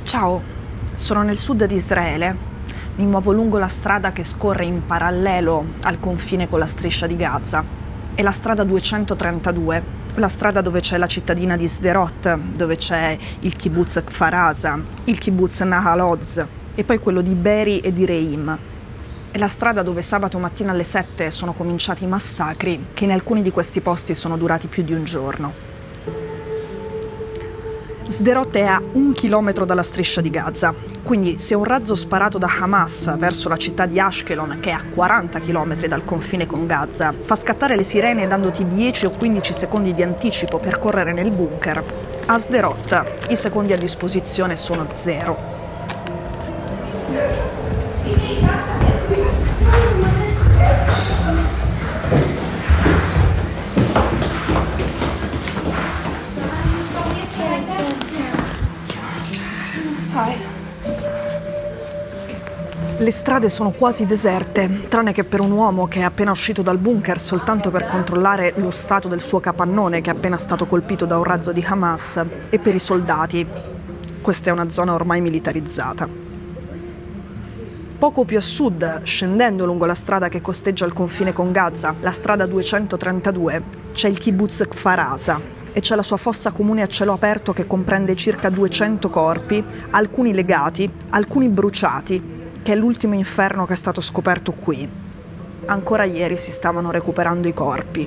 Ciao, sono nel sud di Israele. Mi muovo lungo la strada che scorre in parallelo al confine con la striscia di Gaza. È la strada 232, la strada dove c'è la cittadina di Sderot, dove c'è il kibbutz Kfar Aza, il kibbutz Nahal Oz e poi quello di Be'eri e di Re'im. È la strada dove sabato mattina alle 7 sono cominciati i massacri che in alcuni di questi posti sono durati più di un giorno. Sderot è a 1 chilometro dalla striscia di Gaza, quindi se un razzo sparato da Hamas verso la città di Ashkelon, che è a 40 chilometri dal confine con Gaza, fa scattare le sirene dandoti 10 o 15 secondi di anticipo per correre nel bunker, a Sderot i secondi a disposizione sono 0. Le strade sono quasi deserte, tranne che per un uomo che è appena uscito dal bunker soltanto per controllare lo stato del suo capannone che è appena stato colpito da un razzo di Hamas, e per i soldati. Questa è una zona ormai militarizzata. Poco più a sud, scendendo lungo la strada che costeggia il confine con Gaza, la strada 232, c'è il kibbutz Kfar Aza e c'è la sua fossa comune a cielo aperto che comprende circa 200 corpi, alcuni legati, alcuni bruciati, che è l'ultimo inferno che è stato scoperto qui. Ancora ieri si stavano recuperando i corpi.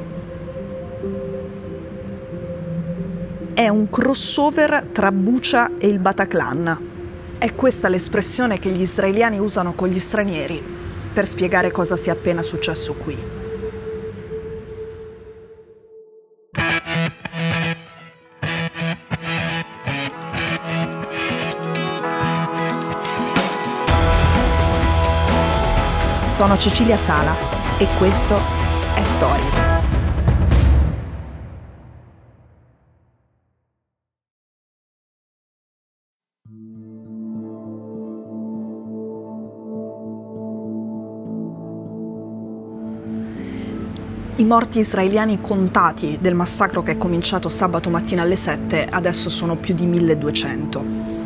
È un crossover tra Bucha e il Bataclan. È questa l'espressione che gli israeliani usano con gli stranieri per spiegare cosa sia appena successo qui. Sono Cecilia Sala e questo è Stories. I morti israeliani contati del massacro che è cominciato sabato mattina alle 7 adesso sono più di 1200.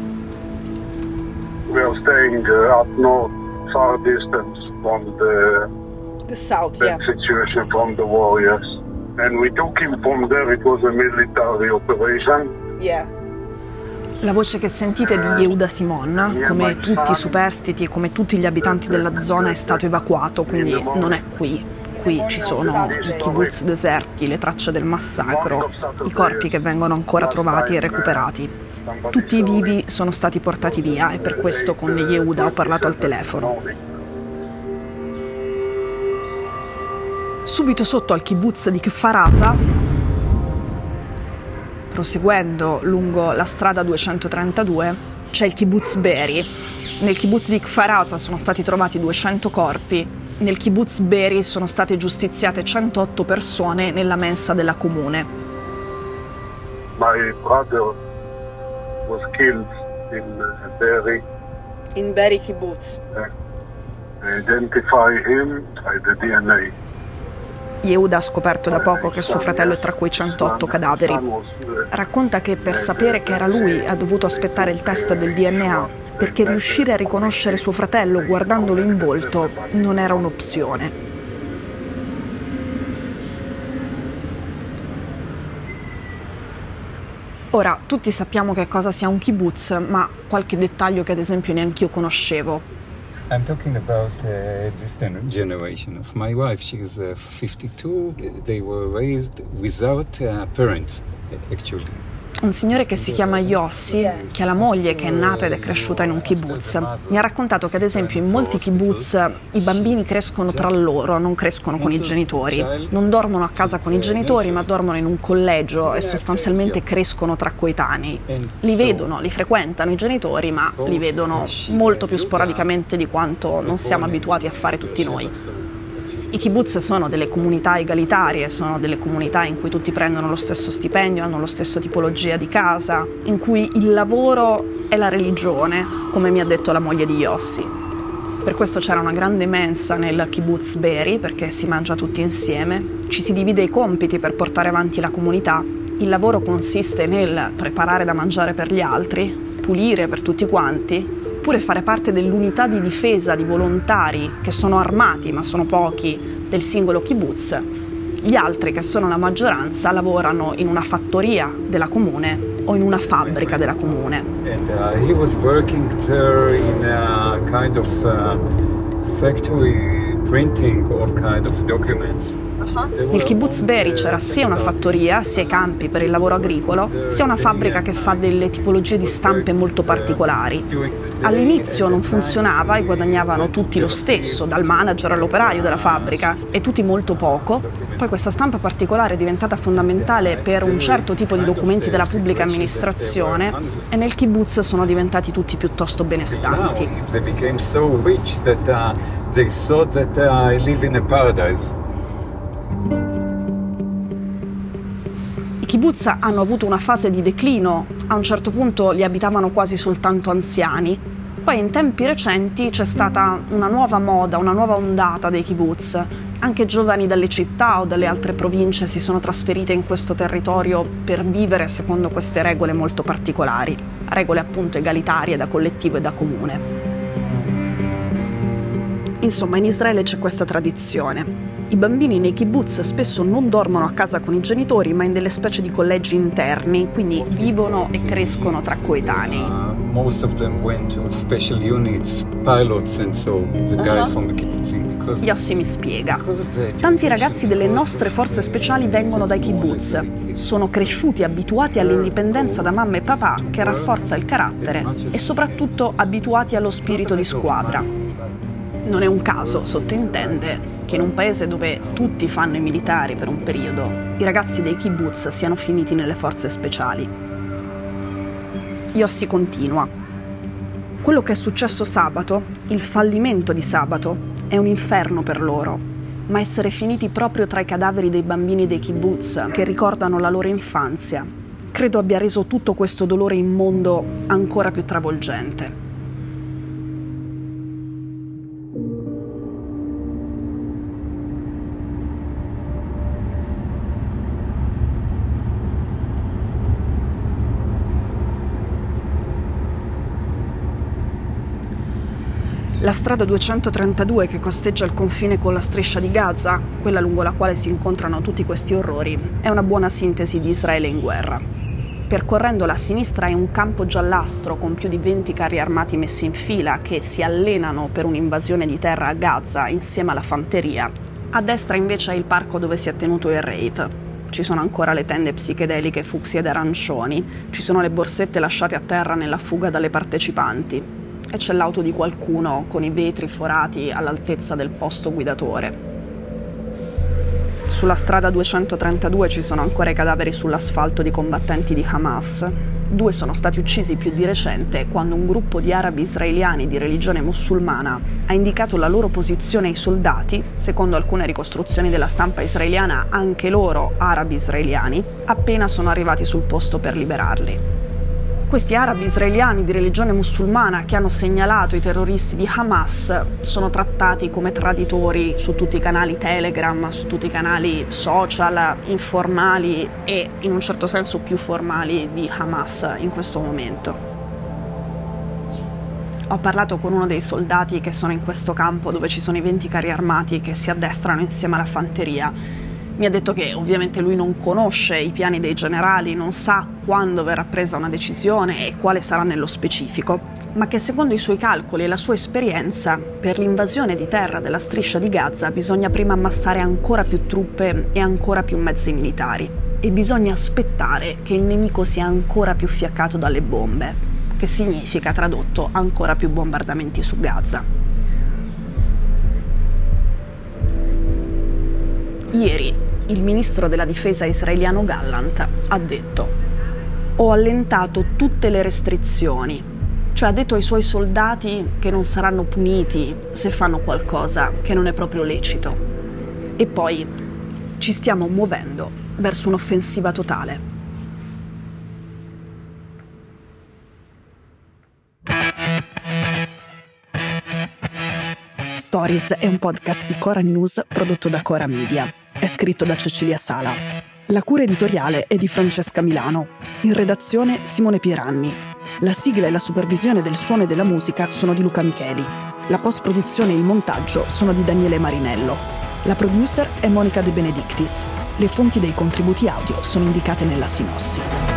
We are staying up north, far distance from the south, situation from the warriors, and we took him from there. It was a military operation. La voce che sentite è di Yehuda Simon. Come tutti i superstiti, come tutti gli abitanti della zona, è stato evacuato, quindi non è qui. Qui ci sono i kibbutz deserti, le tracce del massacro, i corpi che vengono ancora trovati e recuperati. Tutti i vivi sono stati portati via e per questo con Yehuda ho parlato al telefono. Subito sotto al kibbutz di Kfar Aza, proseguendo lungo la strada 232, c'è il kibbutz Be'eri. Nel kibbutz di Kfar Aza sono stati trovati 200 corpi, nel kibbutz Be'eri sono state giustiziate 108 persone nella mensa della comune. My brother was killed in Be'eri. In Be'eri kibbutz. Identify him by the DNA. Yehuda ha scoperto da poco che suo fratello è tra quei 108 cadaveri. Racconta che per sapere che era lui ha dovuto aspettare il test del DNA, perché riuscire a riconoscere suo fratello guardandolo in volto non era un'opzione. Ora, tutti sappiamo che cosa sia un kibbutz, ma qualche dettaglio che ad esempio neanch'io conoscevo. I'm talking about this generation of my wife. She is 52. They were raised without parents, actually. Un signore che si chiama Yossi, che ha la moglie che è nata ed è cresciuta in un kibbutz, mi ha raccontato che ad esempio in molti kibbutz i bambini crescono tra loro, non crescono con i genitori. Non dormono a casa con i genitori, ma dormono in un collegio e sostanzialmente crescono tra coetanei. Li vedono, li frequentano i genitori, ma li vedono molto più sporadicamente di quanto non siamo abituati a fare tutti noi. I kibbutz sono delle comunità egalitarie, sono delle comunità in cui tutti prendono lo stesso stipendio, hanno la stessa tipologia di casa, in cui il lavoro è la religione, come mi ha detto la moglie di Yossi. Per questo c'era una grande mensa nel kibbutz Be'eri, perché si mangia tutti insieme, ci si divide i compiti per portare avanti la comunità. Il lavoro consiste nel preparare da mangiare per gli altri, pulire per tutti quanti, oppure fare parte dell'unità di difesa di volontari che sono armati, ma sono pochi, del singolo kibbutz. Gli altri, che sono la maggioranza, lavorano in una fattoria della comune o in una fabbrica della comune. And he was working there in a kind of factory printing all kind of documents. Nel kibbutz Be'eri c'era sia una fattoria, sia i campi per il lavoro agricolo, sia una fabbrica che fa delle tipologie di stampe molto particolari. All'inizio non funzionava e guadagnavano tutti lo stesso, dal manager all'operaio della fabbrica, e tutti molto poco. Poi questa stampa particolare è diventata fondamentale per un certo tipo di documenti della pubblica amministrazione e nel kibbutz sono diventati tutti piuttosto benestanti. They became so rich that they thought that I live in a paradise. I kibbutz hanno avuto una fase di declino, a un certo punto li abitavano quasi soltanto anziani. Poi in tempi recenti c'è stata una nuova moda, una nuova ondata dei kibbutz. Anche giovani dalle città o dalle altre province si sono trasferite in questo territorio per vivere secondo queste regole molto particolari, regole appunto egalitarie da collettivo e da comune. Insomma, in Israele c'è questa tradizione. I bambini nei kibbutz spesso non dormono a casa con i genitori, ma in delle specie di collegi interni, quindi vivono e crescono tra coetanei. Most of them went to special units, pilots and so the guys from the kibbutzim because Yossi mi spiega. Tanti ragazzi delle nostre forze speciali vengono dai kibbutz. Sono cresciuti abituati all'indipendenza da mamma e papà, che rafforza il carattere, e soprattutto abituati allo spirito di squadra. Non è un caso, sottointende, che in un paese dove tutti fanno i militari per un periodo, i ragazzi dei kibbutz siano finiti nelle forze speciali. Yossi continua. Quello che è successo sabato, il fallimento di sabato, è un inferno per loro, ma essere finiti proprio tra i cadaveri dei bambini dei kibbutz che ricordano la loro infanzia, credo abbia reso tutto questo dolore immondo ancora più travolgente. La strada 232 che costeggia il confine con la striscia di Gaza, quella lungo la quale si incontrano tutti questi orrori, è una buona sintesi di Israele in guerra. Percorrendola a sinistra è un campo giallastro con più di 20 carri armati messi in fila che si allenano per un'invasione di terra a Gaza insieme alla fanteria. A destra invece è il parco dove si è tenuto il rave. Ci sono ancora le tende psichedeliche fucsia ed arancioni, ci sono le borsette lasciate a terra nella fuga dalle partecipanti. E c'è l'auto di qualcuno con i vetri forati all'altezza del posto guidatore. Sulla strada 232 ci sono ancora i cadaveri sull'asfalto di combattenti di Hamas. 2 sono stati uccisi più di recente quando un gruppo di arabi israeliani di religione musulmana ha indicato la loro posizione ai soldati, secondo alcune ricostruzioni della stampa israeliana anche loro arabi israeliani, appena sono arrivati sul posto per liberarli. Questi arabi israeliani di religione musulmana che hanno segnalato i terroristi di Hamas sono trattati come traditori su tutti i canali Telegram, su tutti i canali social informali e in un certo senso più formali di Hamas in questo momento. Ho parlato con uno dei soldati che sono in questo campo dove ci sono i 20 carri armati che si addestrano insieme alla fanteria. Mi ha detto che ovviamente lui non conosce i piani dei generali, non sa quando verrà presa una decisione e quale sarà nello specifico, ma che secondo i suoi calcoli e la sua esperienza, per l'invasione di terra della striscia di Gaza bisogna prima ammassare ancora più truppe e ancora più mezzi militari. E bisogna aspettare che il nemico sia ancora più fiaccato dalle bombe, che significa, tradotto, ancora più bombardamenti su Gaza. Ieri il ministro della difesa israeliano Gallant ha detto: ho allentato tutte le restrizioni, cioè ha detto ai suoi soldati che non saranno puniti se fanno qualcosa che non è proprio lecito. E poi ci stiamo muovendo verso un'offensiva totale. Stories è un podcast di Cora News prodotto da Cora Media. È scritto da Cecilia Sala. La cura editoriale è di Francesca Milano. In redazione Simone Pieranni. La sigla e la supervisione del suono e della musica sono di Luca Micheli. La post-produzione e il montaggio sono di Daniele Marinello. La producer è Monica De Benedictis. Le fonti dei contributi audio sono indicate nella sinossi.